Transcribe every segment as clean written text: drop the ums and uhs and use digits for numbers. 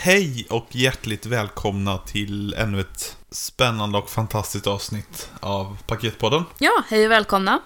Hej och hjärtligt välkomna till ännu ett spännande och fantastiskt avsnitt av Paketpodden. Ja, hej och välkomna.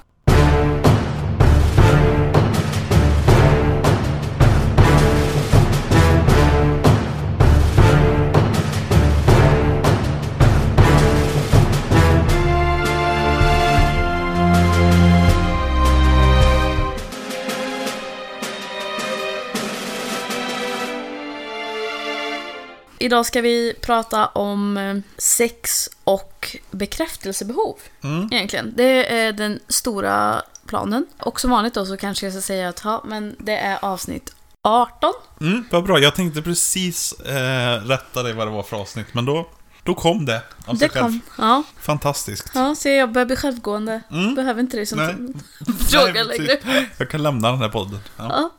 Idag ska vi prata om sex och bekräftelsebehov. Egentligen. Det är den stora planen. Och som vanligt då så kanske jag ska säga att men det är avsnitt 18. Vad bra, jag tänkte precis rätta dig vad det var för avsnitt. Men då kom det av sig själv. Kom, ja. Fantastiskt. Ja, så jag börjar bli självgående. Behöver inte det som fråga längre. Jag kan lämna den här podden. Ja.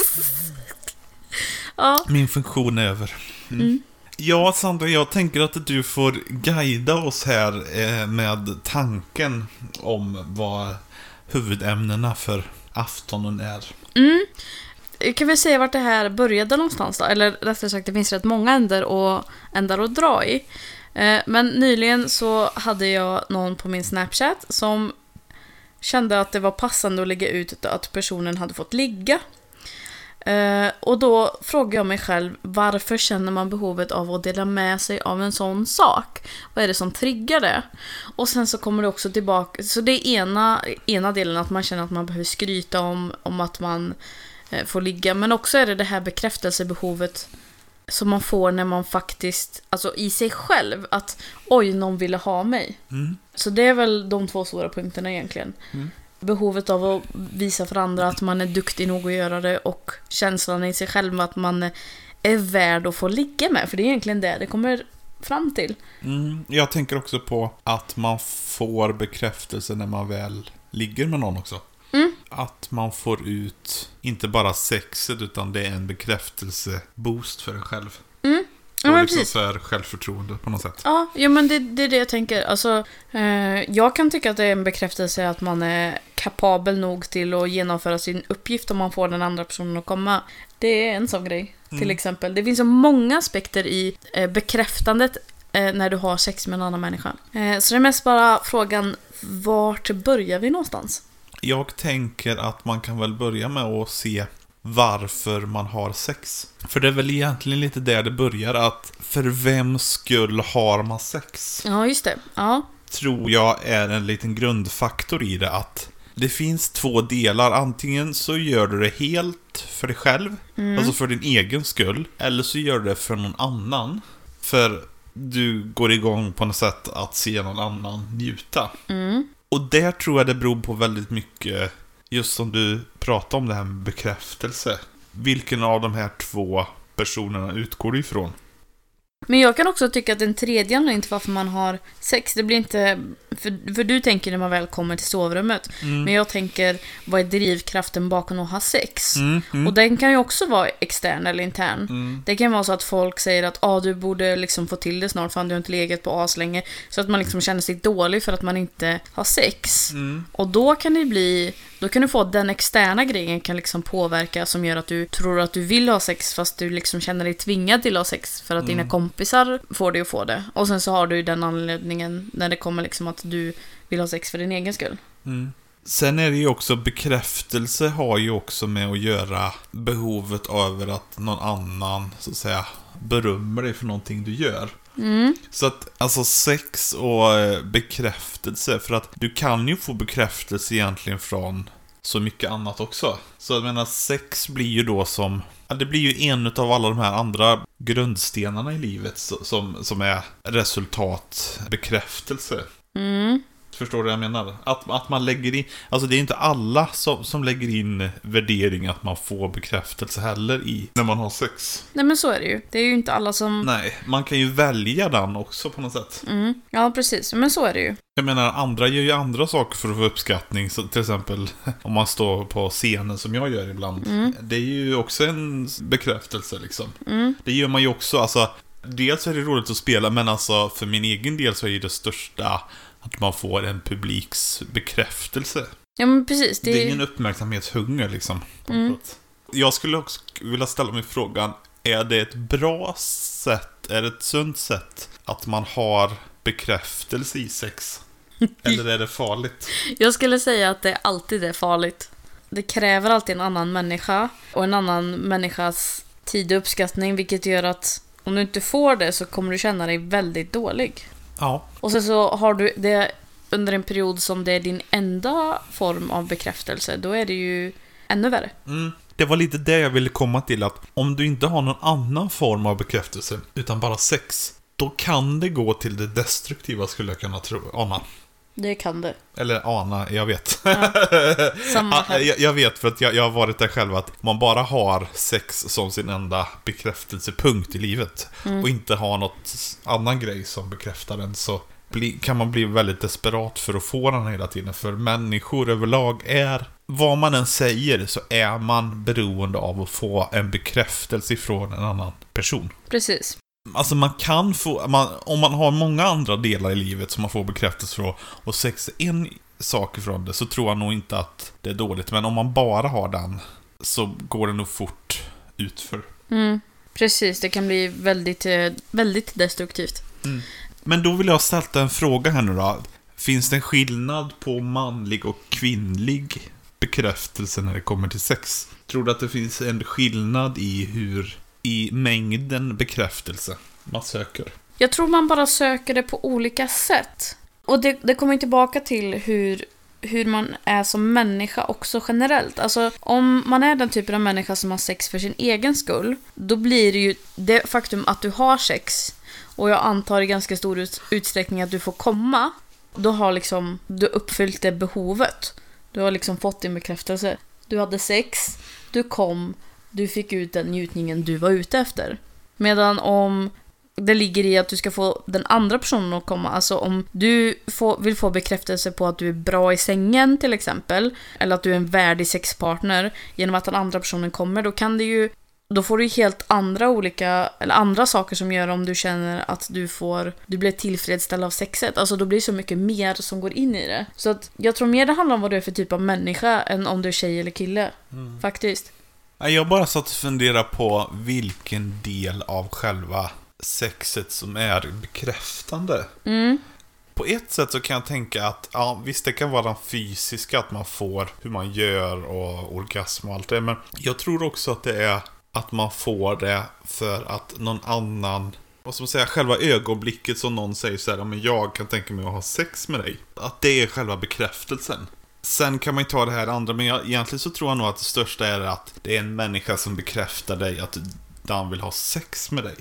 Ja. Min funktion är över. Ja, Sandra, jag tänker att du får guida oss här med tanken om vad huvudämnena för aftonen är. Kan vi säga vart det här började någonstans då? Eller rättare sagt, det finns rätt många ändar att dra i. Men nyligen så hade jag någon på min Snapchat som kände att det var passande att lägga ut att personen hade fått ligga. Och då frågar jag mig själv, varför känner man behovet av att dela med sig av en sån sak? Vad är det som triggar det? Och sen så kommer det också tillbaka, så det är ena delen att man känner att man behöver skryta om att man får ligga. Men också är det här bekräftelsebehovet som man får när man faktiskt, alltså i sig själv, att oj, någon ville ha mig. Så det är väl de två stora punkterna egentligen. Behovet av att visa för andra att man är duktig nog att göra det, och känslan i sig själv att man är värd att få ligga med. För det är egentligen det kommer fram till. Jag tänker också på att man får bekräftelse när man väl ligger med någon också. Att man får ut inte bara sexet, utan det är en bekräftelseboost för en själv. Ja, men liksom precis. så här självförtroende på något sätt. Ja, men det är det jag tänker. Alltså, jag kan tycka att det är en bekräftelse att man är kapabel nog till att genomföra sin uppgift om man får den andra personen att komma. Det är en sån grej, till exempel. Det finns så många aspekter i bekräftandet när du har sex med en annan människa. Så det är mest bara frågan, vart börjar vi någonstans? Jag tänker att man kan väl börja med att se varför man har sex. För det är väl egentligen lite där det börjar, att för vem skull har man sex? Ja, just det. Ja. Tror jag är en liten grundfaktor i det, att det finns två delar. Antingen så gör du det helt för dig själv, alltså för din egen skull, eller så gör du det för någon annan, för du går igång på något sätt att se någon annan njuta. Och där tror jag det beror på väldigt mycket, just som du pratar om det här med bekräftelse. Vilken av de här två personerna utgår du ifrån? Men jag kan också tycka att den tredje anledningen till varför man har sex, det blir inte, för du tänker när man väl kommer till sovrummet, men jag tänker, vad är drivkraften bakom att ha sex? Och den kan ju också vara extern eller intern. Det kan vara så att folk säger att du borde liksom få till det snart, för du har inte legat på aslänge, så att man liksom känner sig dålig för att man inte har sex. Och då kan det bli, då kan du få den externa grejen kan liksom påverka, som gör att du tror att du vill ha sex, fast du liksom känner dig tvingad till att ha sex för att dina kompisar får dig att få det. Och sen så har du den anledningen när det kommer liksom att du vill ha sex för din egen skull. Sen är det ju också, bekräftelse har ju också med att göra behovet över att någon annan, så att säga, berömmer dig för någonting du gör. Så att, alltså sex och bekräftelse, för att du kan ju få bekräftelse egentligen från så mycket annat också. Så jag menar, sex blir ju då som, det blir ju en av alla de här andra grundstenarna i livet som är resultatbekräftelse. Förstår du vad jag menar? Att man lägger in, alltså det är inte alla som lägger in värdering att man får bekräftelse heller i när man har sex. Nej, men så är det ju. Det är ju inte alla som... Nej, man kan ju välja den också på något sätt. Ja, precis. Men så är det ju. Jag menar, andra gör ju andra saker för att få uppskattning. Så till exempel om man står på scenen som jag gör ibland. Det är ju också en bekräftelse liksom. Det gör man ju också, alltså. Dels är det roligt att spela, men alltså för min egen del så är det största att man får en publiks bekräftelse. Ja, men precis. Det är ingen uppmärksamhetshunger liksom. Jag skulle också vilja ställa mig frågan, är det ett bra sätt, är det ett sunt sätt att man har bekräftelse i sex? Eller är det farligt? Jag skulle säga att det alltid är farligt. Det kräver alltid en annan människa och en annan människas tid och uppskattning, vilket gör att om du inte får det så kommer du känna dig väldigt dålig. Ja. Och sen så har du det under en period som det är din enda form av bekräftelse, då är det ju ännu värre. Det var lite det jag ville komma till, att om du inte har någon annan form av bekräftelse utan bara sex, då kan det gå till det destruktiva, skulle jag kunna ana. Det kan det. Eller ana, jag vet. Ja, samma här. Jag vet, för att jag har varit där själv, att man bara har sex som sin enda bekräftelsepunkt i livet och inte har något annan grej som bekräftar den, så kan man bli väldigt desperat för att få den hela tiden. För människor överlag är, vad man än säger, så är man beroende av att få en bekräftelse ifrån en annan person. Precis. Alltså man kan få, om man har många andra delar i livet som man får bekräftelse från, och sex är en sak ifrån det, så tror jag nog inte att det är dåligt. Men om man bara har den, så går det nog fort utför. Precis, det kan bli väldigt, väldigt destruktivt. Men då vill jag ställa en fråga här nu då. Finns det en skillnad på manlig och kvinnlig bekräftelse när det kommer till sex? Tror du att det finns en skillnad i mängden bekräftelse man söker? Jag tror man bara söker det på olika sätt. Och det kommer tillbaka till hur man är som människa också generellt. Alltså om man är den typen av människa som har sex för sin egen skull, då blir det ju det faktum att du har sex, och jag antar i ganska stor utsträckning att du får komma, då har liksom du uppfyllt det behovet. Du har liksom fått din bekräftelse. Du hade sex, du kom, du fick ut den njutningen du var ute efter. Medan om det ligger i att du ska få den andra personen att komma, alltså om du vill få bekräftelse på att du är bra i sängen till exempel, eller att du är en värdig sexpartner genom att den andra personen kommer, då får du helt andra saker som gör om du känner att du blir tillfredsställd av sexet. Alltså då blir det så mycket mer som går in i det. Så att jag tror mer det handlar om vad du är för typ av människa än om du är tjej eller kille. Faktiskt. Jag bara satt och funderade på vilken del av själva sexet som är bekräftande. På ett sätt så kan jag tänka att visst, det kan vara den fysiska, att man får hur man gör och orgasm och allt det, men jag tror också att det är att man får det för att någon annan, vad ska man säga, själva ögonblicket som någon säger så här, men jag kan tänka mig att ha sex med dig, att det är själva bekräftelsen. Sen kan man ju ta det här andra, men egentligen så tror jag nog att det största är att det är en människa som bekräftar dig, att den vill ha sex med dig.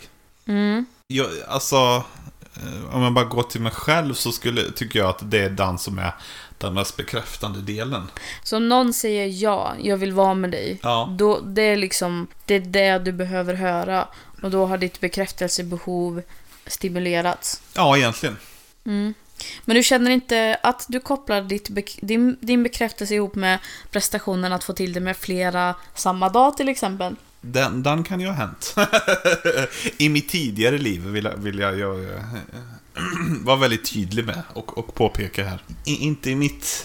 Alltså, om jag bara går till mig själv, så tycker jag att det är den som är den mest bekräftande delen. Så om någon säger ja, jag vill vara med dig, då det är liksom det du behöver höra, och då har ditt bekräftelsebehov stimulerats. Ja, egentligen. Men du känner inte att du kopplar din bekräftelse ihop med prestationen att få till det med flera samma dag till exempel? Den kan ju ha hänt. I mitt tidigare liv vill jag vara väldigt tydlig med och påpeka här. Inte i mitt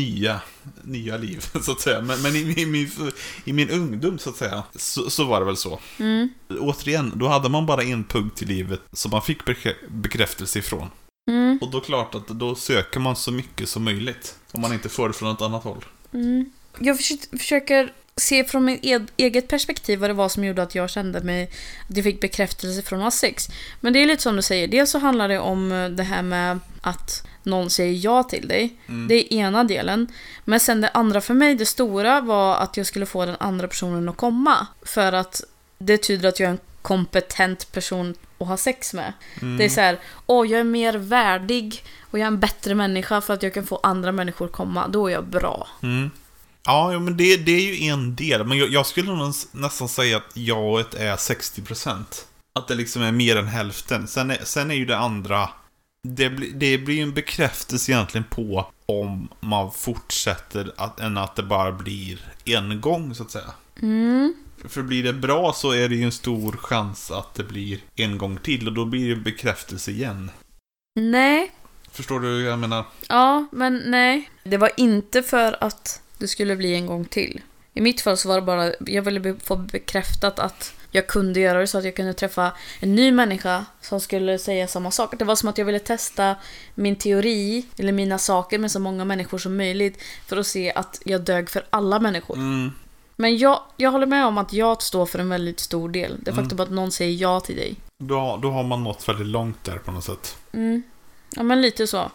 nya liv, så att säga. Men i min ungdom, så att säga, så var det väl så. Återigen, då hade man bara en punkt i livet som man fick bekräftelse ifrån. Och då klart att då söker man så mycket som möjligt, om man inte får det från något annat håll. Jag försöker se från min eget perspektiv vad det var som gjorde att jag kände mig att jag fick bekräftelse från att ha sex. Men det är lite som du säger, dels så handlar det om det här med att någon säger ja till dig. Det är ena delen. Men sen det andra för mig, det stora, var att jag skulle få den andra personen att komma. För att det tyder att jag är en kompetent person att ha sex med. Det är så här, jag är mer värdig och jag är en bättre människa för att jag kan få andra människor komma. Då är jag bra. Ja, men det är ju en del. Men jag skulle nog nästan säga att jaet är 60%. Att det liksom är mer än hälften. Sen är ju det andra, det blir ju en bekräftelse egentligen på om man fortsätter än att det bara blir en gång, så att säga. För blir det bra så är det ju en stor chans att det blir en gång till, och då blir det bekräftelse igen. Nej. Förstår du hur jag menar? Ja, men nej. Det var inte för att det skulle bli en gång till. I mitt fall så var det bara, jag ville få bekräftat att jag kunde göra det, så att jag kunde träffa en ny människa som skulle säga samma sak. Det var som att jag ville testa min teori eller mina saker med så många människor som möjligt för att se att jag dög för alla människor. Men jag håller med om att jag står för en väldigt stor del. Det faktum att någon säger ja till dig. Då har man nått väldigt långt där på något sätt. Ja, men lite så.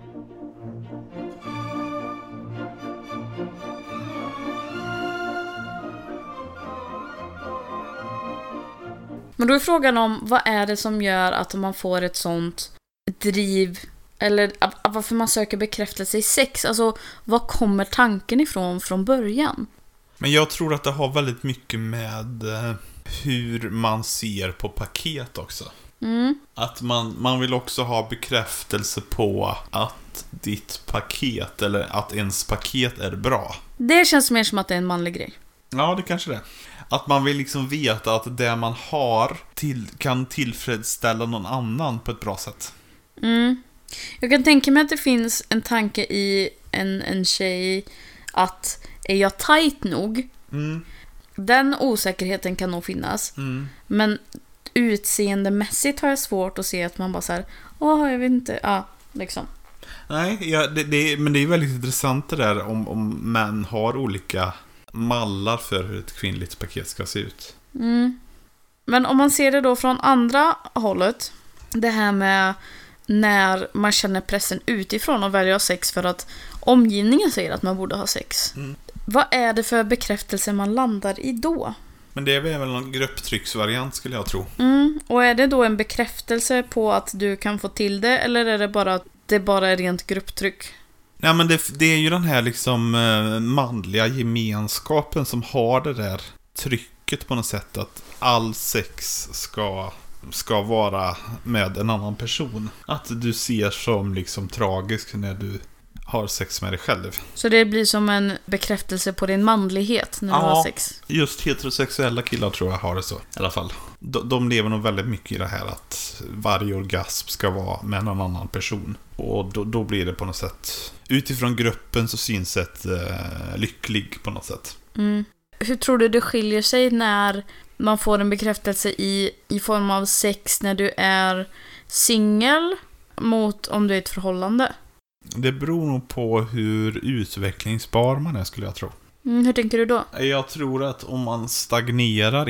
Men då är frågan om vad är det som gör att man får ett sånt driv, eller varför man söker bekräftelse i sex. Alltså, var kommer tanken ifrån från början? Men jag tror att det har väldigt mycket med hur man ser på paket också. Att man vill också ha bekräftelse på att ditt paket, eller att ens paket är bra. Det känns mer som att det är en manlig grej. Ja, det kanske det. Att man vill liksom veta att det man har kan tillfredsställa någon annan på ett bra sätt. Jag kan tänka mig att det finns en tanke i en tjej att är jag tight nog? Den osäkerheten kan nog finnas. Men utseendemässigt har jag svårt att se att man bara så här, jag vet inte, liksom. Nej, men det är väldigt intressant det där om män har olika mallar för hur ett kvinnligt paket ska se ut. Men om man ser det då från andra hållet, det här med när man känner pressen utifrån och väljer sex för att omgivningen säger att man borde ha sex. Vad är det för bekräftelse man landar i då? Men det är väl någon grupptrycksvariant skulle jag tro. Och är det då en bekräftelse på att du kan få till det, eller är det bara att det bara är rent grupptryck? Nej, men det är ju den här liksom manliga gemenskapen som har det där trycket på något sätt att all sex ska vara med en annan person. Att du ser som liksom tragisk när du har sex med dig själv. Så det blir som en bekräftelse på din manlighet när du har sex? Just heterosexuella killar tror jag har det så. I alla fall. De lever nog väldigt mycket i det här att varje orgasm ska vara med en annan person. Och då blir det på något sätt utifrån gruppens synsätt lycklig på något sätt. Hur tror du det skiljer sig när man får en bekräftelse i form av sex när du är singel mot om du är i ett förhållande? Det beror nog på hur utvecklingsbar man är, skulle jag tro. Hur tänker du då? Jag tror att om man stagnerar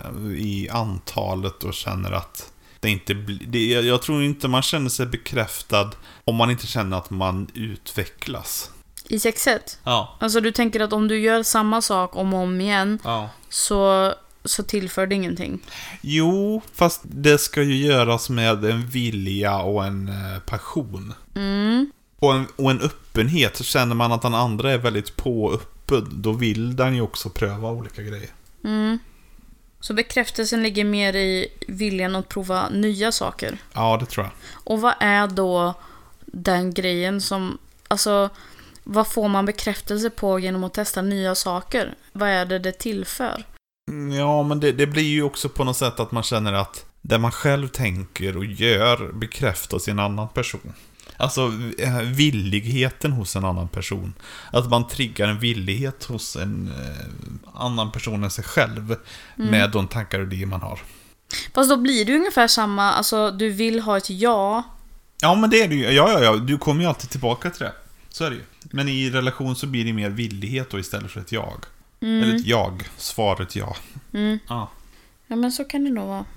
i antalet och känner att det inte blir... Jag tror inte man känner sig bekräftad om man inte känner att man utvecklas. I sexet? Ja. Alltså du tänker att om du gör samma sak om igen så tillför det ingenting? Jo, fast det ska ju göras med en vilja och en passion. Och en öppenhet. Så känner man att den andra är väldigt öppen, då vill den ju också pröva olika grejer. Så bekräftelsen ligger mer i viljan att prova nya saker? Ja, det tror jag. Och vad är då den grejen som... Alltså, vad får man bekräftelse på genom att testa nya saker? Vad är det tillför? Ja, men det blir ju också på något sätt att man känner att det man själv tänker och gör bekräftas i en annan person. Alltså villigheten hos en annan person. Att man triggar en villighet hos en annan person än sig själv med de tankar och idéer man har. Fast då blir det ju ungefär samma. Alltså du vill ha ett ja. Ja, men det är det ju. Ja. Du kommer ju alltid tillbaka till det. Så är det ju. Men i relation så blir det mer villighet då istället för ett jag. Eller ett jag. Svaret ja. Ja, men så kan det nog vara.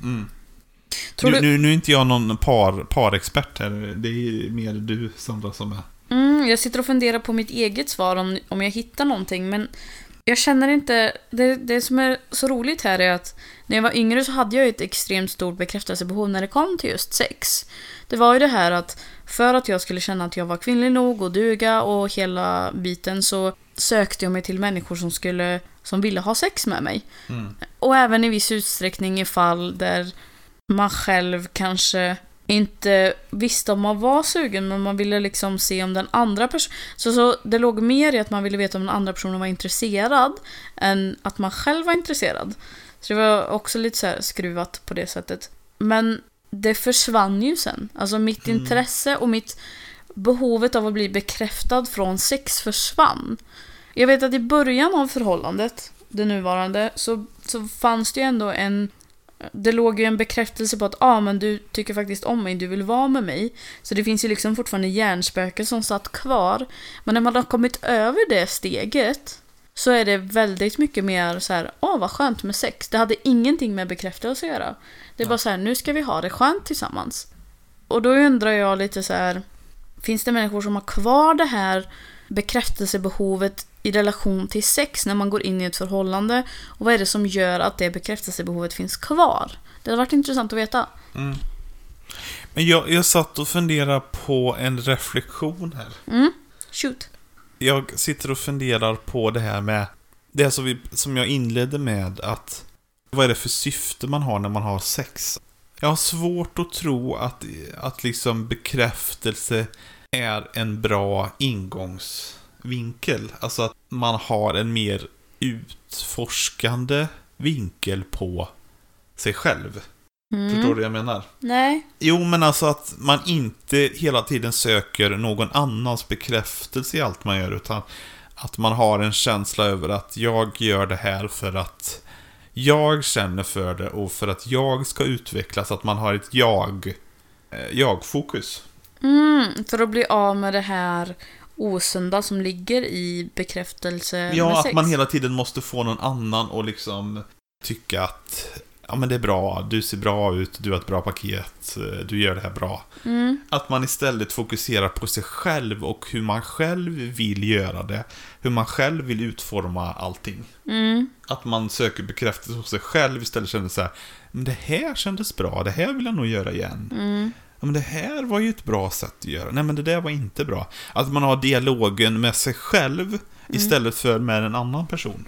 Nu är inte jag någon parexpert här. Det är mer du, Sandra, som är. Jag sitter och funderar på mitt eget svar om jag hittar någonting. Men jag känner inte... Det som är så roligt här är att när jag var yngre så hade jag ett extremt stort bekräftelsebehov när det kom till just sex. Det var ju det här att för att jag skulle känna att jag var kvinnlig nog och duga och hela biten så sökte jag mig till människor som ville ha sex med mig. Och även i viss utsträckning i fall där man själv kanske inte visste om man var sugen, men man ville liksom se om den andra personen... Så det låg mer i att man ville veta om den andra personen var intresserad än att man själv var intresserad. Så det var också lite så här skruvat på det sättet. Men det försvann ju sen. Alltså mitt intresse och mitt behovet av att bli bekräftad från sex försvann. Jag vet att i början av förhållandet, det nuvarande, så så fanns det ju ändå det låg ju en bekräftelse på att men du tycker faktiskt om mig, du vill vara med mig. Så det finns ju liksom fortfarande hjärnspöken som satt kvar. Men när man har kommit över det steget så är det väldigt mycket mer så här, vad skönt med sex. Det hade ingenting med bekräftelse att göra. Det är bara så här, nu ska vi ha det skönt tillsammans. Och då undrar jag lite så här, finns det människor som har kvar det här bekräftelsebehovet i relation till sex när man går in i ett förhållande? Och vad är det som gör att det bekräftelsebehovet finns kvar? Det har varit intressant att veta. Men jag satt och funderade på en reflektion här. Shoot. Jag sitter och funderar på det här med det som jag inledde med, att vad är det för syfte man har när man har sex? Jag har svårt att tro att liksom bekräftelse är en bra ingångsvinkel. Alltså att man har en mer utforskande vinkel på sig själv. Förstår du vad jag menar? Nej. Jo, men alltså att man inte hela tiden söker någon annans bekräftelse i allt man gör, utan att man har en känsla över att jag gör det här för att jag känner för det och för att jag ska utvecklas, att man har ett jag-fokus. För att bli av med det här osunda som ligger i bekräftelse med sex. sex. Att man hela tiden måste få någon annan och liksom tycka att men det är bra, du ser bra ut, du har ett bra paket, du gör det här bra. Att man istället fokuserar på sig själv och hur man själv vill göra det, hur man själv vill utforma allting. Att man söker bekräftelse hos sig själv istället, känner så här, men det här kändes bra, det här vill jag nog göra igen. Men det här var ju ett bra sätt att göra. Nej, men det där var inte bra. Att man har dialogen med sig själv istället för med en annan person.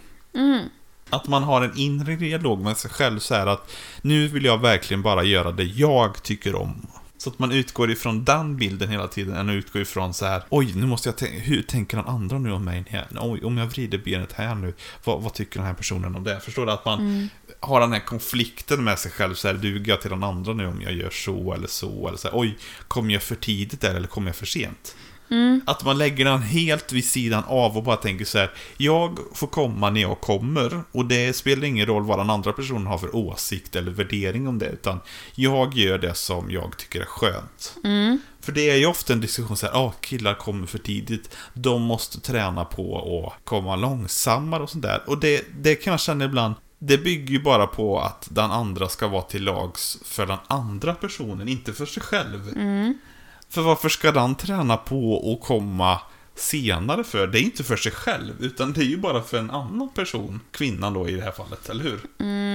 Att man har en inre dialog med sig själv, så här att nu vill jag verkligen bara göra det jag tycker om. Så att man utgår ifrån den bilden hela tiden, än att utgå ifrån så här, oj, nu måste jag hur tänker den andra nu om mig här? Oj, om jag vrider benet här nu, vad tycker den här personen om det? Förstår du? Att man har den här konflikten med sig själv, så här, duger jag till den andra nu om jag gör så eller så, eller så här, oj, kommer jag för tidigt där eller kommer jag för sent? Att man lägger den helt vid sidan av och bara tänker så här, jag får komma när jag kommer, och det spelar ingen roll vad den andra personen har för åsikt eller värdering om det, utan jag gör det som jag tycker är skönt. För det är ju ofta en diskussion så här, killar kommer för tidigt, de måste träna på att komma långsammare och sånt där. Och det kan jag känna ibland, det bygger ju bara på att den andra ska vara till lags för den andra personen, inte för sig själv. För varför ska den träna på att komma senare för? Det är inte för sig själv, utan det är ju bara för en annan person, kvinnan då i det här fallet, eller hur?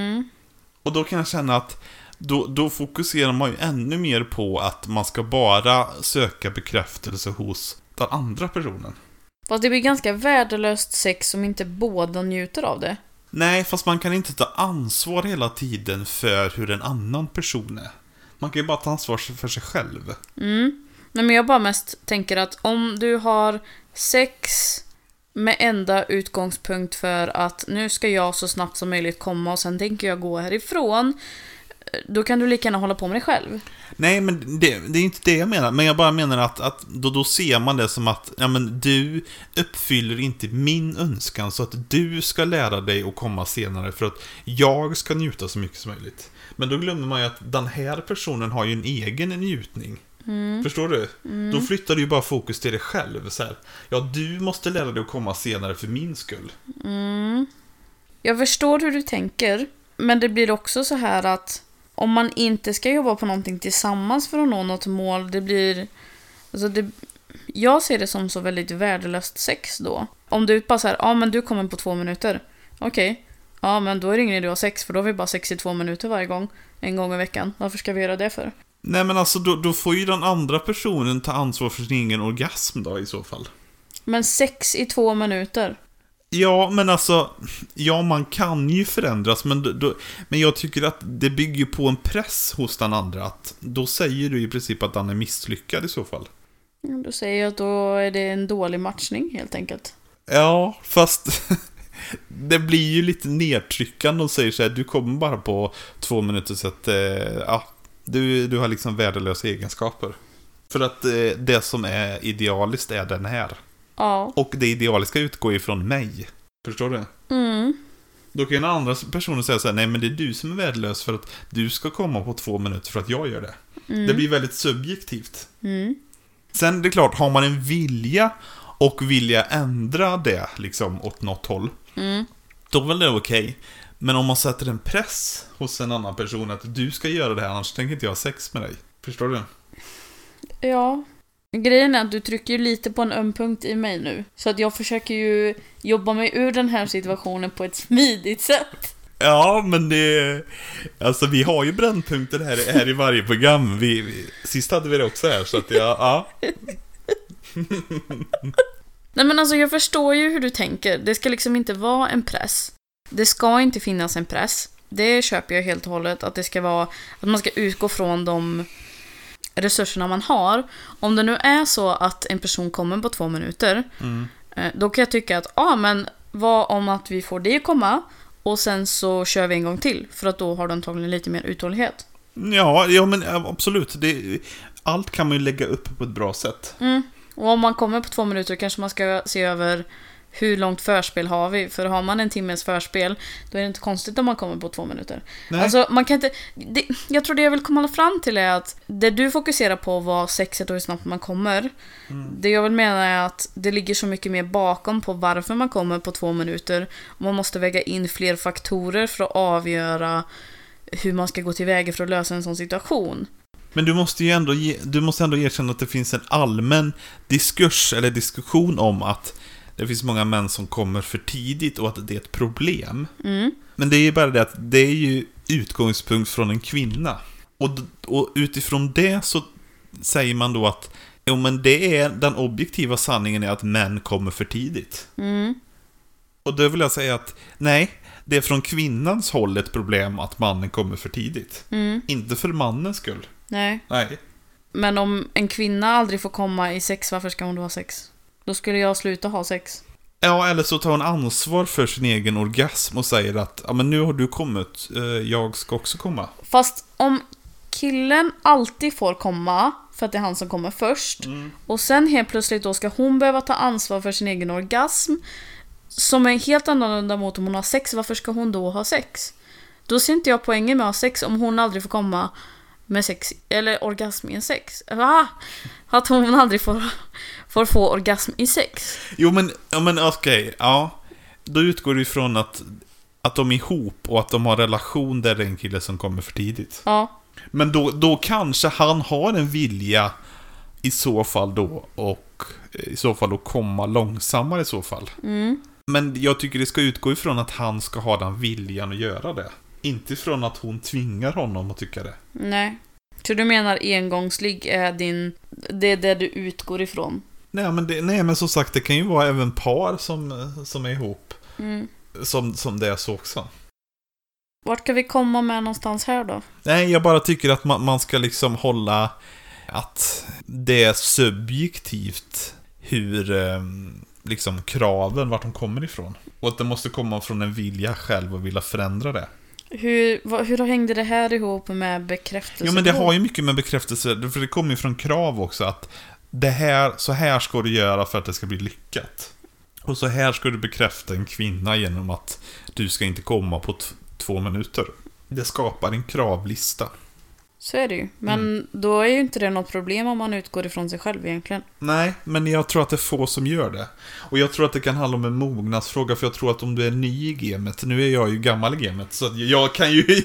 Och då kan jag känna att då fokuserar man ju ännu mer på att man ska bara söka bekräftelse hos den andra personen. Fast det blir ganska värdelöst sex om inte båda njuter av det. Nej, fast man kan inte ta ansvar hela tiden för hur en annan person är. Man kan ju bara ta ansvar för sig själv. Nej, men jag bara mest tänker att om du har sex med enda utgångspunkt för att nu ska jag så snabbt som möjligt komma och sen tänker jag gå härifrån, då kan du lika gärna hålla på med dig själv. Nej, men det är inte det jag menar. Men jag bara menar att då ser man det som att du uppfyller inte min önskan, så att du ska lära dig att komma senare för att jag ska njuta så mycket som möjligt. Men då glömmer man ju att den här personen har ju en egen njutning. Förstår du? Då flyttar du ju bara fokus till dig själv. Så här, du måste lära dig att komma senare för min skull. Jag förstår hur du tänker, men det blir också så här att om man inte ska jobba på någonting tillsammans för att nå något mål, det blir... Alltså jag ser det som så väldigt värdelöst sex då. Om du bara så här, men du kommer på 2 minuter. Okej. Ja, men då är det ingen idé att ha sex, för då har vi bara sex i 2 minuter varje gång. En gång i veckan. Varför ska vi göra det för? Nej, men alltså då får ju den andra personen ta ansvar för sin egen orgasm då i så fall. Men sex i 2 minuter? Ja, men alltså, man kan ju förändras, men jag tycker att det bygger på en press hos den andra, att då säger du i princip att den är misslyckad i så fall. Då säger jag att då är det en dålig matchning helt enkelt. Ja, fast det blir ju lite nedtryckande och säger så här, du kommer bara på 2 minuter, så att du har liksom värdelösa egenskaper. För att det som är idealiskt är den här. Ja. Och det idealiska utgår ifrån mig. Förstår du? Då kan den andra personen säga så här: nej men det är du som är värdelös för att du ska komma på 2 minuter för att jag gör det. Det blir väldigt subjektivt. Sen det är klart, har man en vilja och vilja ändra det liksom åt något håll, då är väl det okej. Men om man sätter en press hos en annan person att du ska göra det här, annars tänker inte jag ha sex med dig. Förstår du? Ja. Grejen är att du trycker ju lite på en öm punkt i mig nu. Så att jag försöker ju jobba mig ur den här situationen på ett smidigt sätt. Ja, men det... Alltså vi har ju brännpunkter här i varje program. Sist hade vi det också här, så att ja. Nej men alltså jag förstår ju hur du tänker. Det ska liksom inte vara en press. Det ska inte finnas en press. Det köper jag helt och hållet. Att det ska vara... Att man ska utgå från de resurserna man har. Om det nu är så att en person kommer på 2 minuter, då kan jag tycka att men vad om att vi får det komma och sen så kör vi en gång till, för att då har du antagligen lite mer uthållighet. Ja men absolut. Allt kan man ju lägga upp på ett bra sätt. Och om man kommer på 2 minuter kanske man ska se över hur långt förspel har vi. För har man en timmes förspel, då är det inte konstigt om man kommer på 2 minuter. Nej. Alltså man kan inte... jag tror det jag vill komma fram till är att det du fokuserar på var sexet och hur snabbt man kommer. Det jag vill mena är att det ligger så mycket mer bakom på varför man kommer på 2 minuter. Och man måste väga in fler faktorer för att avgöra hur man ska gå tillväga för att lösa en sån situation. Men du måste ändå erkänna att det finns en allmän diskurs eller diskussion om att det finns många män som kommer för tidigt och att det är ett problem. Men det är ju bara det att det är ju utgångspunkt från en kvinna. Och utifrån det så säger man då att men det är den objektiva sanningen är att män kommer för tidigt. Och då vill jag säga att nej, det är från kvinnans håll ett problem att mannen kommer för tidigt. Inte för mannens skull. Nej. Men om en kvinna aldrig får komma i sex, varför ska hon då ha sex? Då skulle jag sluta ha sex. Ja, eller så tar hon ansvar för sin egen orgasm och säger att men nu har du kommit, jag ska också komma. Fast om killen alltid får komma för att det är han som kommer först, och sen helt plötsligt då ska hon behöva ta ansvar för sin egen orgasm, som är helt annorlunda mot om hon har sex, varför ska hon då ha sex? Då ser inte jag poängen med att ha sex om hon aldrig får komma med sex, eller orgasm i en sex. Att hon aldrig får få orgasm i sex. Jo men okej, ja. Då utgår det ifrån att de är ihop och att de har relation där det är en kille som kommer för tidigt. Ja. Men då kanske han har en vilja i så fall då, och i så fall då komma långsammare i så fall. Men jag tycker det ska utgå ifrån att han ska ha den viljan att göra det. Inte från att hon tvingar honom att tycka det. Nej. Så du menar engångsligg är det är det du utgår ifrån? Nej men som sagt, det kan ju vara även par som är ihop. Som det är så också. Vart ska vi komma med någonstans här då? Nej, jag bara tycker att man ska liksom hålla att det är subjektivt hur liksom kraven, vart de kommer ifrån. Och att det måste komma från en vilja själv och vilja förändra det. Hur hängde det här ihop med bekräftelse? Jo, men det har ju mycket med bekräftelse, för det kommer ju från krav också, att så här ska du göra för att det ska bli lyckat. Och så här ska du bekräfta en kvinna genom att du ska inte komma på 2 minuter. Det skapar en kravlista. Så är det ju. Men då är ju inte det något problem om man utgår ifrån sig själv egentligen. Nej, men jag tror att det är få som gör det. Och jag tror att det kan handla om en mognadsfråga, för jag tror att om du är ny i gamet, nu är jag ju gammal i gamet, så att jag kan ju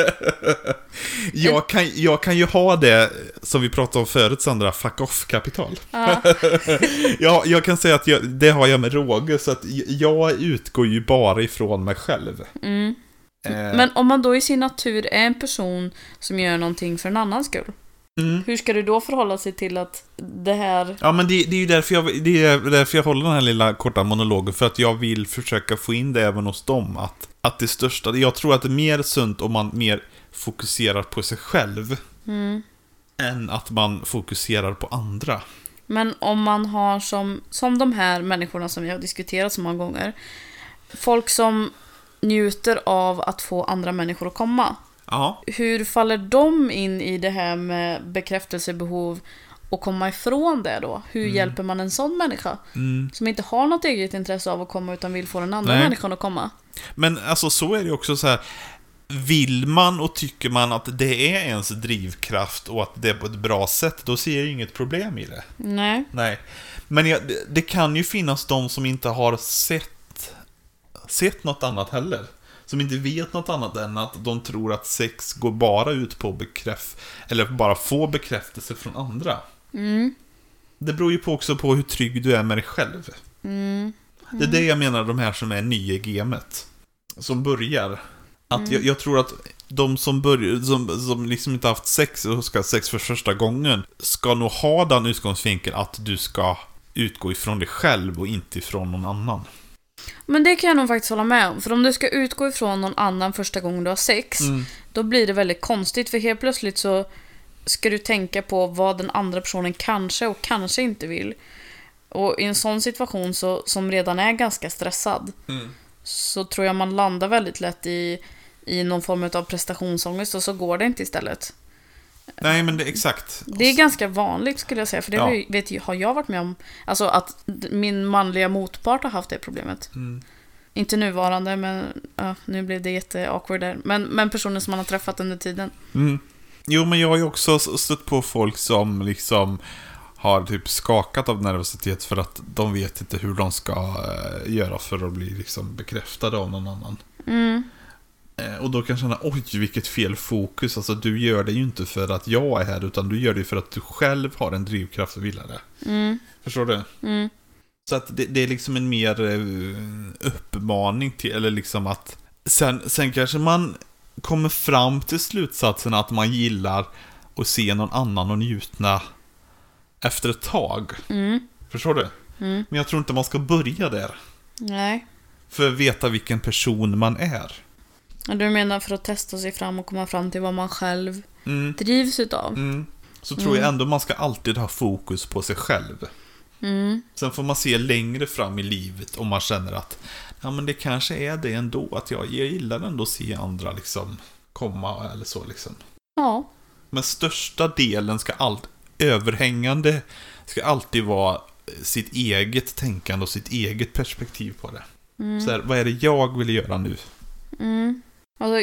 jag kan ju ha det som vi pratade om förut, Sandra, fuck off-kapital. Ja, jag kan säga att det har jag med råge, så att jag utgår ju bara ifrån mig själv. Men om man då i sin natur är en person som gör någonting för en annan skull, hur ska du då förhålla sig till att det här... Ja, men det är ju därför jag håller den här lilla korta monologen, för att jag vill försöka få in det även hos dem, att det största, jag tror att det är mer sunt om man mer fokuserar på sig själv än att man fokuserar på andra. Men om man har som de här människorna som vi har diskuterat så många gånger, folk som njuter av att få andra människor att komma. Ja. Hur faller de in i det här med bekräftelsebehov att komma ifrån det då? Hur hjälper man en sån människa som inte har något eget intresse av att komma utan vill få den andra människan att komma? Men alltså så är det också så här. Vill man och tycker man att det är ens drivkraft och att det är på ett bra sätt, då ser jag inget problem i det. Nej. Men det kan ju finnas de som inte har sett något annat heller. Som inte vet något annat än att de tror att sex går bara ut på eller bara få bekräftelse från andra. Det beror ju också på hur trygg du är med dig själv. Det är det jag menar, de här som är nya i gamet. Som börjar. Att jag tror att de som börjar, som liksom inte haft sex och ska ha sex för första gången, ska nog ha den utgångsvinkeln att du ska utgå ifrån dig själv och inte ifrån någon annan. Men det kan jag nog faktiskt hålla med om. För om du ska utgå ifrån någon annan första gången du har sex, då blir det väldigt konstigt. För helt plötsligt så ska du tänka på vad den andra personen kanske och kanske inte vill. Och i en sån situation som redan är ganska stressad, så tror jag man landar väldigt lätt i någon form av prestationsångest, och så går det inte istället. Nej, men det är exakt. Det är ganska vanligt skulle jag säga. För det har jag varit med om. Alltså att min manliga motpart har haft det problemet. Inte nuvarande, men nu blev det jätte-awkward där. Men personer som man har träffat under tiden. Jo, men jag har ju också stött på folk som liksom har typ skakat av nervositet för att de vet inte hur de ska göra för att bli liksom bekräftade av någon annan. Och då kan jag känna, oj, vilket fel fokus. Alltså du gör det ju inte för att jag är här, utan du gör det för att du själv har en drivkraft att vilja det. Förstår du? Så att det är liksom en mer uppmaning till, eller liksom att sen kanske man kommer fram till slutsatsen att man gillar att se någon annan och njutna efter ett tag. Förstår du? Men jag tror inte man ska börja där. Nej. För att veta vilken person man är. Du menar för att testa sig fram och komma fram till vad man själv drivs utav. Så tror jag ändå man ska alltid ha fokus på sig själv. Sen får man se längre fram i livet om man känner att men det kanske är det ändå, att jag gillar ändå att se andra liksom komma eller så liksom. Ja. Men största delen överhängande ska alltid vara sitt eget tänkande och sitt eget perspektiv på det. Så här, vad är det jag vill göra nu? Alltså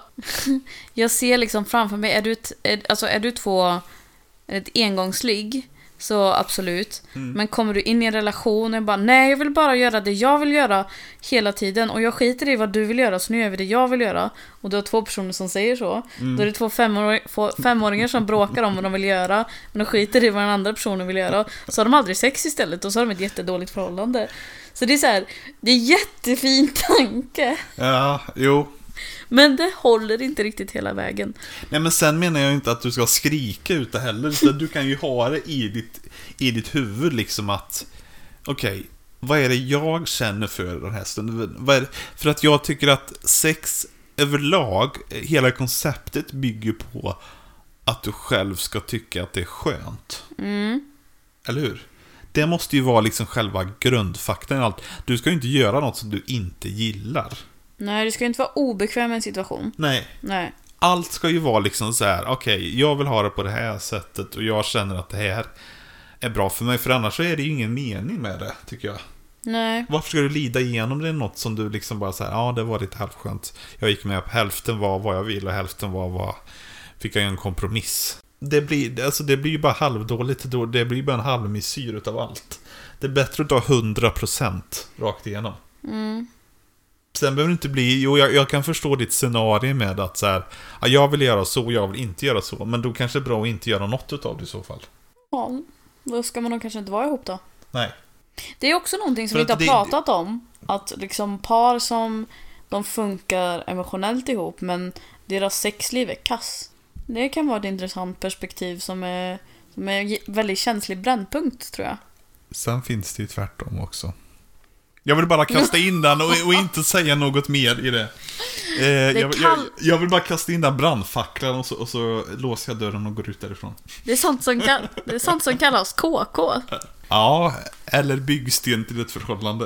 jag ser liksom framför mig, är du ett engångsligg, så absolut. Men kommer du in i en relation och bara, nej, jag vill bara göra det jag vill göra hela tiden, och jag skiter i vad du vill göra, så nu gör vi det jag vill göra, och du har två personer som säger så, då är det två femåringar som bråkar om vad de vill göra, men de skiter i vad den andra personen vill göra, så har de aldrig sex istället, och så har de ett jättedåligt förhållande. Så det är så här, det är jättefin tanke. Ja, jo. Men det håller inte riktigt hela vägen. Nej, men sen menar jag inte att du ska skrika ut det heller, utan du kan ju ha det i ditt huvud liksom att okej, vad är det jag känner för den här stunden? För att jag tycker att sex överlag, hela konceptet bygger på att du själv ska tycka att det är skönt. Eller hur? Det måste ju vara liksom själva grundfaktorn i allt. Du ska ju inte göra något som du inte gillar. Nej, det ska inte vara obekväm i en situation. Nej. Allt ska ju vara liksom så här: okej, jag vill ha det på det här sättet och jag känner att det här är bra för mig, för annars så är det ju ingen mening med det, tycker jag. Nej. Varför ska du lida igenom det, något som du liksom bara så här, det var lite halvskönt. Jag gick med på hälften var vad jag vill och hälften var fick jag en kompromiss. Det blir ju bara halvdåligt, det blir bara en halvmesyr utav allt. Det är bättre att ta 100% rakt igenom. Sen behöver det inte bli, jag kan förstå ditt scenario med att så här, jag vill göra så, jag vill inte göra så, men då kanske det är bra att inte göra något utav det i så fall. Ja, då ska man nog kanske inte vara ihop då. Nej. Det är också någonting som vi inte har pratat om, att liksom par som de funkar emotionellt ihop, men deras sexliv är kass. Det kan vara ett intressant perspektiv som är väldigt känslig brännpunkt, tror jag. Sen finns det ju tvärtom också. Jag vill bara kasta in den och inte säga något mer i det. Jag vill bara kasta in den brandfacklan och så låser jag dörren och går ut därifrån. Det är sånt som kallas KK. Ja, eller byggsten till ett förhållande.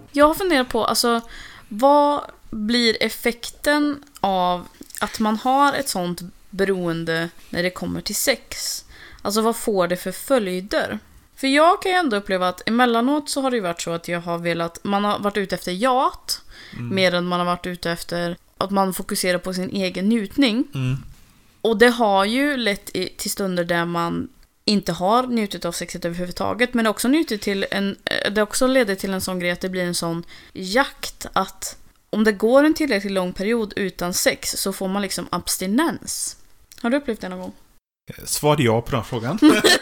Jag har funderat på, alltså, vad blir effekten av att man har ett sånt beroende när det kommer till sex? Alltså vad får det för följder? För jag kan ju ändå uppleva att emellanåt så har det ju varit så att jag har velat, man har varit ute efter jat mer än man har varit ute efter att man fokuserar på sin egen njutning. Och det har ju lett till stunder där man inte har njutit av sexet överhuvudtaget, men också det också leder till en sån grej att det blir en sån jakt att om det går en tillräckligt lång period utan sex så får man liksom abstinens. Har du upplevt det någon gång? Svar ja på den frågan.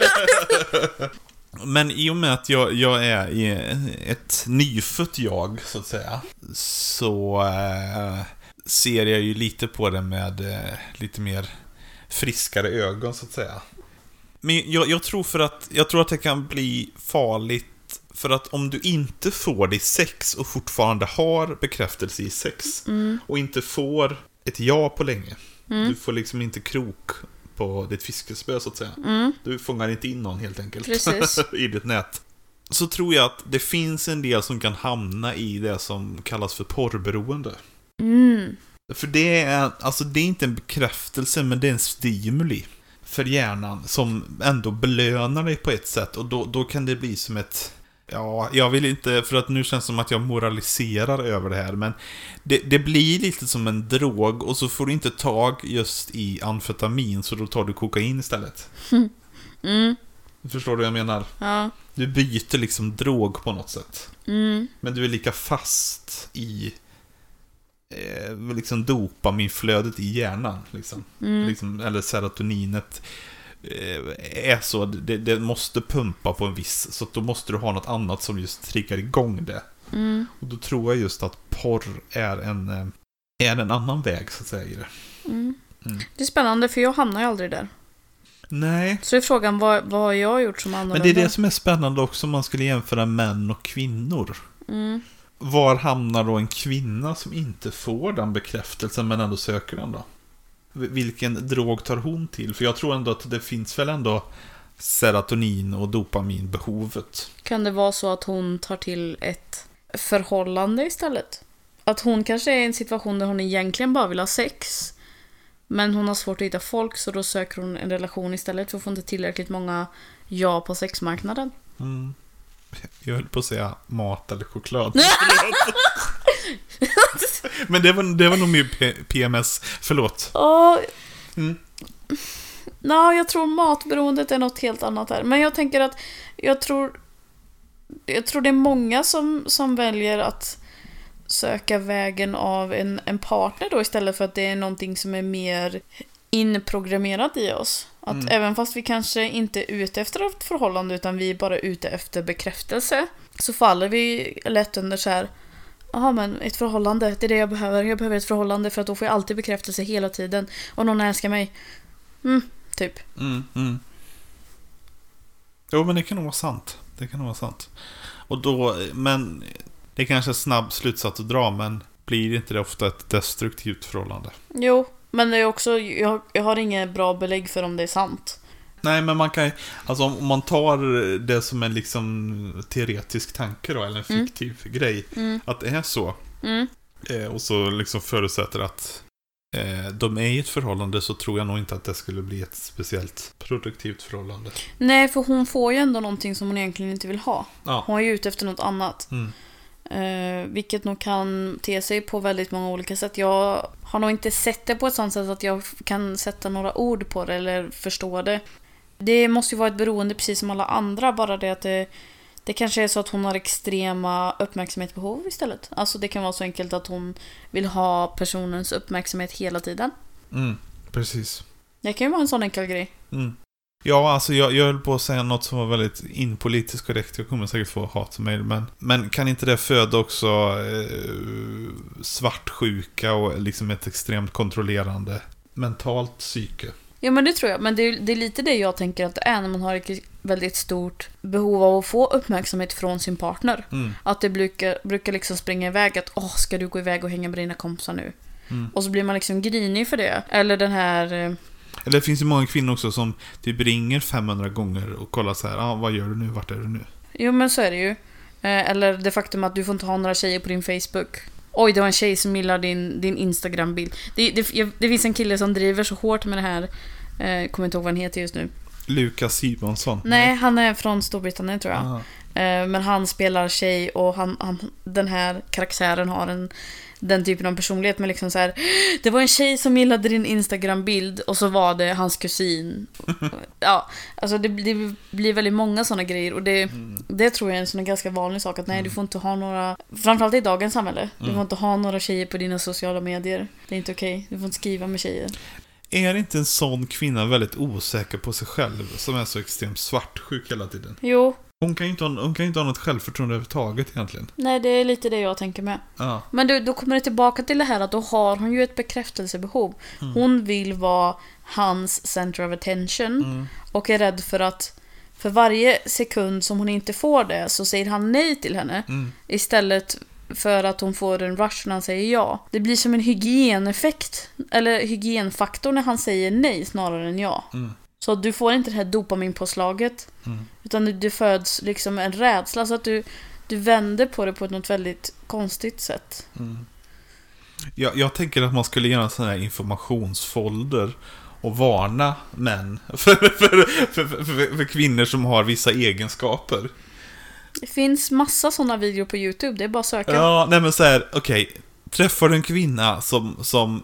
Men i och med att jag är i ett nyfött jag, så att säga, så ser jag ju lite på det med lite mer friskare ögon, så att säga. Men jag tror att det kan bli farligt. För att om du inte får det i sex och fortfarande har bekräftelse i sex och inte får ett ja på länge. Du får liksom inte krok på ditt fiskespö, så att säga. Du fångar inte in någon helt enkelt i ditt nät. Så tror jag att det finns en del som kan hamna i det som kallas för porrberoende. För det är inte en bekräftelse, men det är en stimuli för hjärnan som ändå belönar dig på ett sätt. Och då kan det bli som ett... Ja, jag vill inte, för att nu känns det som att jag moraliserar över det här, men det blir lite som en drog, och så får du inte tag just i amfetamin, så då tar du kokain istället. Förstår du vad jag menar? Ja. Du byter liksom drog på något sätt. Men du är lika fast i liksom dopaminflödet i hjärnan liksom. Eller serotoninet är så, det måste pumpa på en viss, så då måste du ha något annat som just triggar igång det. Och då tror jag just att porr är en annan väg, så att säga, i det. Det är spännande, för jag hamnar ju aldrig där. Nej. Så är frågan, vad har jag gjort som annorlunda? Men det är det som är spännande också, om man skulle jämföra män och kvinnor. Var hamnar då en kvinna som inte får den bekräftelsen men ändå söker den då? Vilken drog tar hon till? För jag tror ändå att det finns väl ändå serotonin- och dopaminbehovet. Kan det vara så att hon tar till ett förhållande istället? Att hon kanske är i en situation där hon egentligen bara vill ha sex, men hon har svårt att hitta folk, så då söker hon en relation istället, för att få inte tillräckligt många ja på sexmarknaden. Jag höll på att säga mat eller choklad. Men det var nog mer PMS. Förlåt. Jag tror matberoendet är något helt annat här. Men jag tänker att jag tror det är många som väljer att söka vägen av en partner då, istället för att det är någonting som är mer inprogrammerat i oss. Att även fast vi kanske inte är ute efter ett förhållande, utan vi är bara ute efter bekräftelse, så faller vi lätt under så här: jaha, men ett förhållande, det är det jag behöver. Jag behöver ett förhållande, för att då får jag alltid bekräftelse hela tiden. Och någon älskar mig. Typ. Jo, men det kan nog vara sant. Och då, men det är kanske en snabb slutsats att dra, men blir inte det ofta ett destruktivt förhållande? Jo, men det är också, jag har inget bra belägg för om det är sant. Nej, men man kan, alltså om man tar det som en liksom teoretisk tanke då, eller en fiktiv grej, att det är så. Och så liksom förutsätter att de är i ett förhållande, så tror jag nog inte att det skulle bli ett speciellt produktivt förhållande. Nej, för hon får ju ändå någonting som hon egentligen inte vill ha. Ja. Hon är ju ute efter något annat. Vilket nog kan te sig på väldigt många olika sätt. Jag har nog inte sett det på ett sånt sätt att jag kan sätta några ord på det eller förstå det. Det måste ju vara ett beroende precis som alla andra, bara det att det kanske är så att hon har extrema uppmärksamhetsbehov istället. Alltså det kan vara så enkelt att hon vill ha personens uppmärksamhet hela tiden. Precis. Det kan ju vara en sån enkel grej. Ja, alltså jag höll på att säga något som var väldigt inpolitiskt korrekt. Jag kommer säkert få hat med mig, men kan inte det föda också svartsjuka och liksom ett extremt kontrollerande mentalt psyke? Ja, men det tror jag. Men det är lite det jag tänker att det är när man har ett väldigt stort behov av att få uppmärksamhet från sin partner. Att det brukar liksom springa iväg att ska du gå iväg och hänga med dina kompisar nu? Och så blir man liksom grinig för det. Eller den här... Eller det finns ju många kvinnor också som typ ringer 500 gånger och kollar så här, vad gör du nu, vart är du nu? Jo, men så är det ju. Eller det faktum att du får inte ha några tjejer på din Facebook. Oj, det var en tjej som gillar din Instagram-bild. Det finns en kille som driver så hårt med det här. Kommer inte ihåg vad han heter just nu. Lukas Simonsson. Nej, han är från Storbritannien tror jag. Men han spelar tjej och den här karaktären har den typen av personlighet med liksom så här. Det var en tjej som gillade din Instagram-bild och så var det hans kusin. Ja, alltså det blir väldigt många sådana grejer och det tror jag är en sån ganska vanlig sak att nej, du får inte ha några, framförallt i dagens samhälle. Du får inte ha några tjejer på dina sociala medier. Det är inte okej. Du får inte skriva med tjejer. Är inte en sån kvinna väldigt osäker på sig själv som är så extremt svartsjuk hela tiden? Jo. Hon kan ju inte ha något självförtroende överhuvudtaget egentligen. Nej, det är lite det jag tänker med. Ja. Men då kommer det tillbaka till det här att då har hon ju ett bekräftelsebehov. Hon vill vara hans center of attention och är rädd för att för varje sekund som hon inte får det så säger han nej till henne istället för att hon får en rush när han säger ja. Det blir som en hygieneffekt eller hygienfaktor när han säger nej snarare än ja. Så du får inte det här dopaminpåslaget utan du föds liksom en rädsla så att du vänder på det på något väldigt konstigt sätt. Jag tänker att man skulle göra en sån här informationsfolder och varna män för kvinnor som har vissa egenskaper. Det finns massa sådana videor på YouTube, det är bara att söka. Ja, nej men så här, okej. Träffar du en kvinna som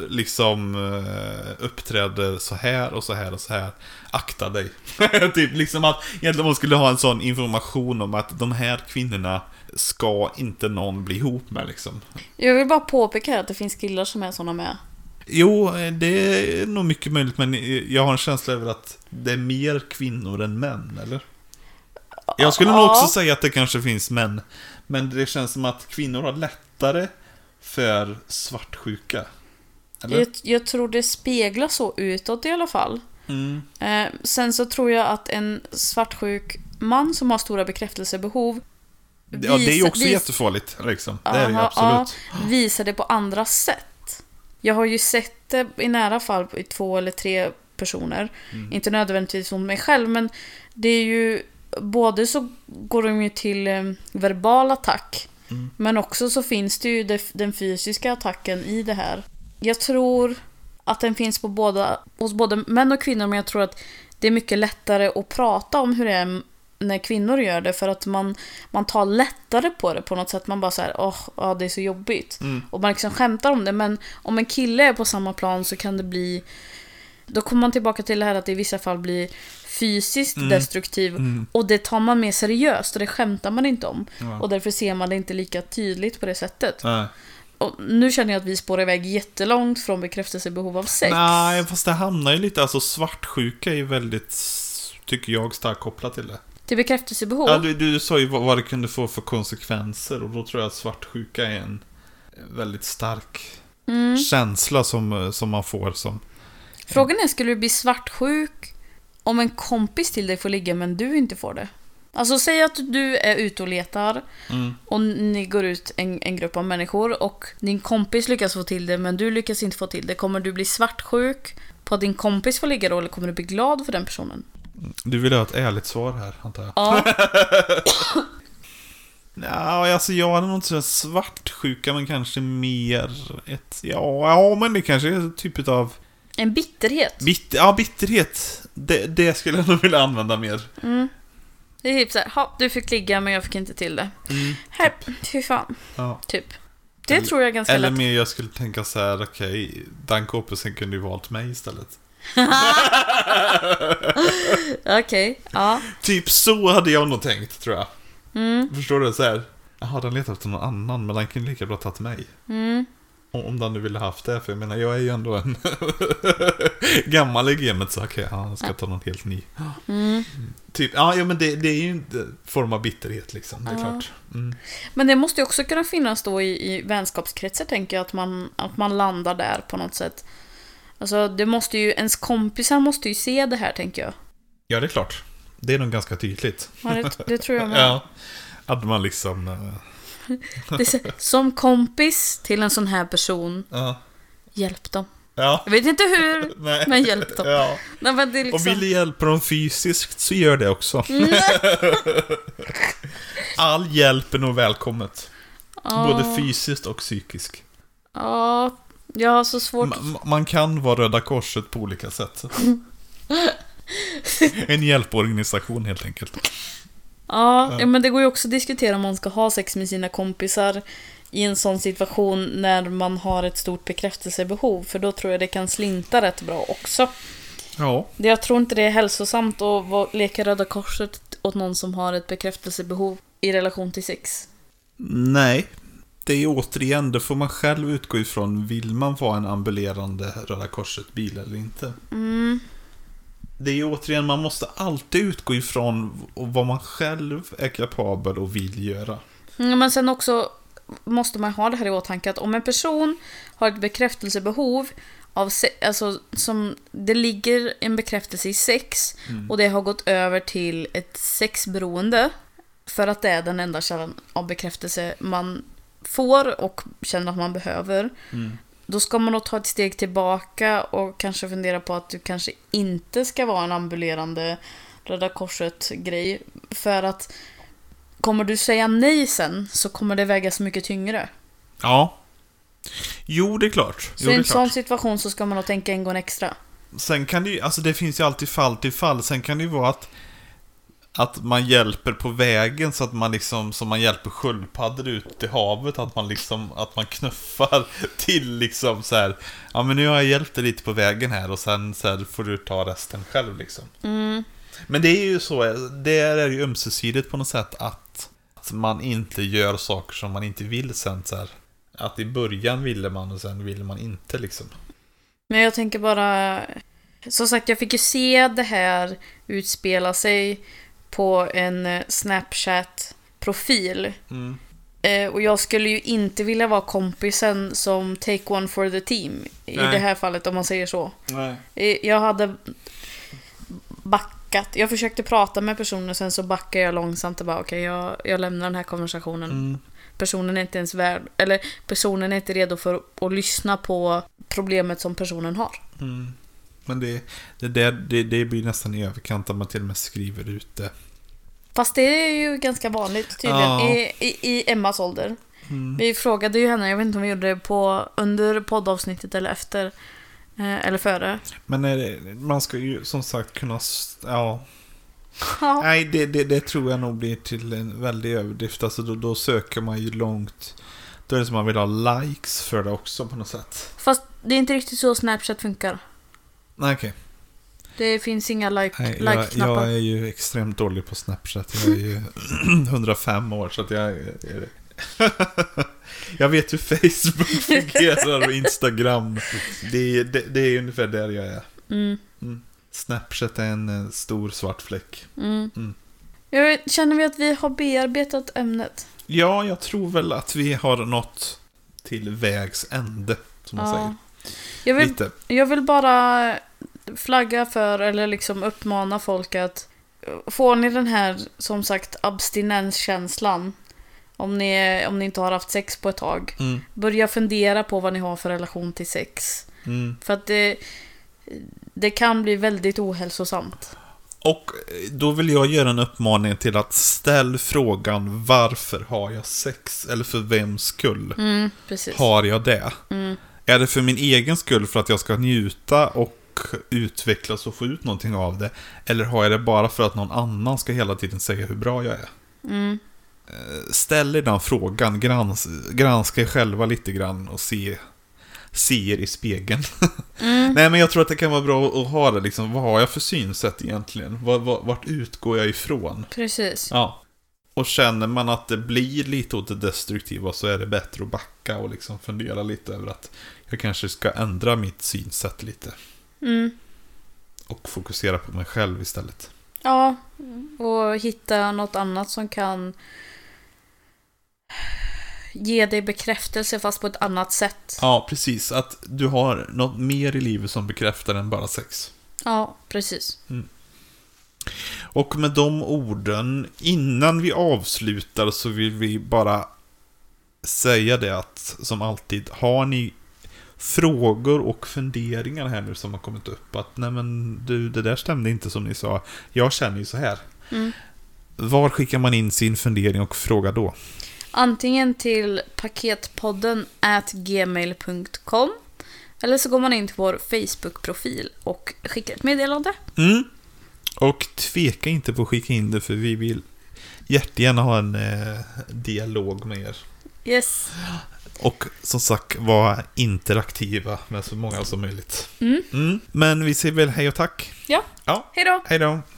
uppträder så här och så här och så här, akta dig. Typ liksom att egentligen man skulle ha en sån information om att de här kvinnorna ska inte någon bli ihop med liksom. Jag vill bara påpeka här att det finns killar som är såna med. Jo, det är nog mycket möjligt, men jag har en känsla över att det är mer kvinnor än män, eller? Jag skulle nog också säga att det kanske finns män, men det känns som att kvinnor har lättare för svartsjuka. Eller? Jag tror det speglar så utåt i alla fall. Sen så tror jag att en svartsjuk man som har stora bekräftelsebehov ja, det är ju också jättefarligt liksom. Det är det absolut. Visar det på andra sätt. Jag har ju sett det i nära fall i 2 eller 3 personer. Inte nödvändigtvis som mig själv, men det är ju både så går de ju till verbal attack. Men också så finns det ju den fysiska attacken i det här. Jag tror att den finns hos både män och kvinnor, men jag tror att det är mycket lättare att prata om hur det är när kvinnor gör det, för att man tar lättare på det på något sätt. Man bara så här, det är så jobbigt. Och man liksom skämtar om det, men om en kille är på samma plan så kan det bli, då kommer man tillbaka till det här att det i vissa fall blir fysiskt destruktiv och det tar man mer seriöst och det skämtar man inte om. Och därför ser man det inte lika tydligt på det sättet. Och nu känner jag att vi spårar iväg jättelångt från bekräftelsebehov av sex. Nej, fast det hamnar ju lite, alltså svartsjuka är väldigt, tycker jag, starkt kopplat till det. Till bekräftelsebehov? Ja, du sa ju vad det kunde få för konsekvenser, och då tror jag att svartsjuka är en väldigt stark känsla som man får som... Frågan är, skulle du bli svartsjuk om en kompis till dig får ligga men du inte får det? Alltså säg att du är ute och letar och ni går ut en grupp av människor och din kompis lyckas få till det men du lyckas inte få till det. Kommer du bli svartsjuk på att din kompis får ligga då, eller kommer du bli glad för den personen? Du vill ha ett ärligt svar här, antar jag. Ja. Ja, alltså jag hade nog inte så svartsjuka, men kanske mer ett... Ja, men det kanske är typ av... En bitterhet. Bitterhet. Det skulle jag nog vilja använda mer. Det är typ såhär, du fick ligga men jag fick inte till det. Här, fy fan. Ja. Typ. Det tror jag är ganska eller lätt. mer jag skulle tänka så här: okej, den kompisen kunde ju valt mig istället. Okej, ja. Typ så hade jag nog tänkt, tror jag. Förstår du? Så här, jaha, den letar efter någon annan, men den kan lika bra tagit mig. Om den nu ville haft det, för jag menar, jag är ju ändå en gammal i gamet, så okej, jag ska ta någon helt ny. Typ, men det är ju en form av bitterhet liksom, det är klart. Men det måste ju också kunna finnas då i vänskapskretsar, tänker jag, att man landar där på något sätt. Alltså, det måste ju, ens kompisar måste ju se det här, tänker jag. Ja, det är klart. Det är nog ganska tydligt. Ja, det tror jag med. Ja, att man liksom... Som kompis till en sån här person, hjälp dem. Ja. Jag vet inte hur, men hjälp dem. Ja. Nej, men det är liksom... Och vill hjälpa dem fysiskt, så gör det också. All hjälp är nog välkommet. Ja. Både fysiskt och psykiskt. Ja, jag har så svårt... Man kan vara Röda Korset på olika sätt. En hjälporganisation helt enkelt. Ja, men det går ju också att diskutera om man ska ha sex med sina kompisar i en sån situation när man har ett stort bekräftelsebehov. För då tror jag det kan slinta rätt bra också. Ja. Jag tror inte det är hälsosamt att leka Röda Korset åt någon som har ett bekräftelsebehov i relation till sex. Nej. Det är återigen, det får man själv utgå ifrån. Vill man vara en ambulerande Röda Korset-bil eller inte? Det är återigen, man måste alltid utgå ifrån vad man själv är kapabel och vill göra. Men sen också måste man ha det här i åtanke att om en person har ett bekräftelsebehov av alltså som det ligger en bekräftelse i sex och det har gått över till ett sexberoende för att det är den enda källan av bekräftelse man får och känner att man behöver. Då ska man nog ta ett steg tillbaka och kanske fundera på att du kanske inte ska vara en ambulerande Röda Korset-grej. För att kommer du säga nej sen så kommer det väga så mycket tyngre. Ja. Jo, det är klart. Så i en sån situation så ska man nog tänka en gång extra. Sen kan det ju, alltså det finns ju alltid fall till fall. Sen kan det ju vara att man hjälper på vägen så att man liksom, som man hjälper sköldpaddor ut i havet, att man liksom, att man knuffar till liksom så här, ja men nu har jag hjälpt dig lite på vägen här och sen så här får du ta resten själv liksom. Men det är ju så, det är ju ömsesidigt på något sätt att man inte gör saker som man inte vill sen så här, att i början ville man och sen ville man inte liksom. Men jag tänker bara, som sagt, jag fick ju se det här utspela sig på en Snapchat-profil. Och jag skulle ju inte vilja vara kompisen som take one for the team i det här fallet, om man säger så. Nej. Jag hade backat. Jag försökte prata med personen, sen så backade jag långsamt och bara okej, jag lämnar den här konversationen. Personen är inte ens värd, eller personen är inte redo för att lyssna på problemet som personen har. Men det blir nästan i överkant att man till och med skriver ut det. Fast det är ju ganska vanligt tydligen i Emmas ålder. Vi frågade ju henne, jag vet inte om vi gjorde det under poddavsnittet eller efter eller före. Men man ska ju som sagt kunna nej, det tror jag nog blir till en väldig överdrift. Alltså då söker man ju långt. Då är det som man vill ha likes för det också på något sätt. Fast det är inte riktigt så Snapchat funkar. Nej, okej. Det finns inga like-knappar. Jag är ju extremt dålig på Snapchat. Jag är ju 105 år så att jag vet hur Facebook fungerar och Instagram. Det är ungefär där jag är. Snapchat är en stor svart fläck. Känner vi att vi har bearbetat ämnet? Ja, jag tror väl att vi har nått till vägs ände, som man säger. Jag vill bara flagga för, eller liksom uppmana folk att får ni den här, som sagt, abstinenskänslan om ni inte har haft sex på ett tag, börja fundera på vad ni har för relation till sex. För att det kan bli väldigt ohälsosamt. Och då vill jag göra en uppmaning till att ställa frågan, varför har jag sex? Eller för vems skull har jag det? Är det för min egen skull, för att jag ska njuta och utvecklas och få ut någonting av det? Eller har jag det bara för att någon annan ska hela tiden säga hur bra jag är? Ställ er den frågan, granska er själva lite grann och se er i spegeln. Nej, men jag tror att det kan vara bra att ha det liksom, vad har jag för synsätt egentligen? Vart utgår jag ifrån? Precis. Ja. Och känner man att det blir lite åt det destruktiva, så är det bättre att backa och liksom fundera lite över att jag kanske ska ändra mitt synsätt lite. Och fokusera på mig själv istället. Ja, och hitta något annat som kan ge dig bekräftelse fast på ett annat sätt. Ja, precis. Att du har något mer i livet som bekräftar än bara sex. Ja, precis. Och med de orden, innan vi avslutar, så vill vi bara säga det att, som alltid, har ni frågor och funderingar här nu som har kommit upp, att nej men du, det där stämde inte som ni sa, jag känner ju så här. Var skickar man in sin fundering och fråga då? Antingen till paketpodden@gmail.com eller så går man in till vår Facebook-profil och skickar ett meddelande. Och tveka inte på att skicka in det, för vi vill jättegärna ha en dialog med er. Yes. Och som sagt, vara interaktiva med så många som möjligt. Men vi säger väl hej och tack. Ja. Ja. Hej då. Hej då.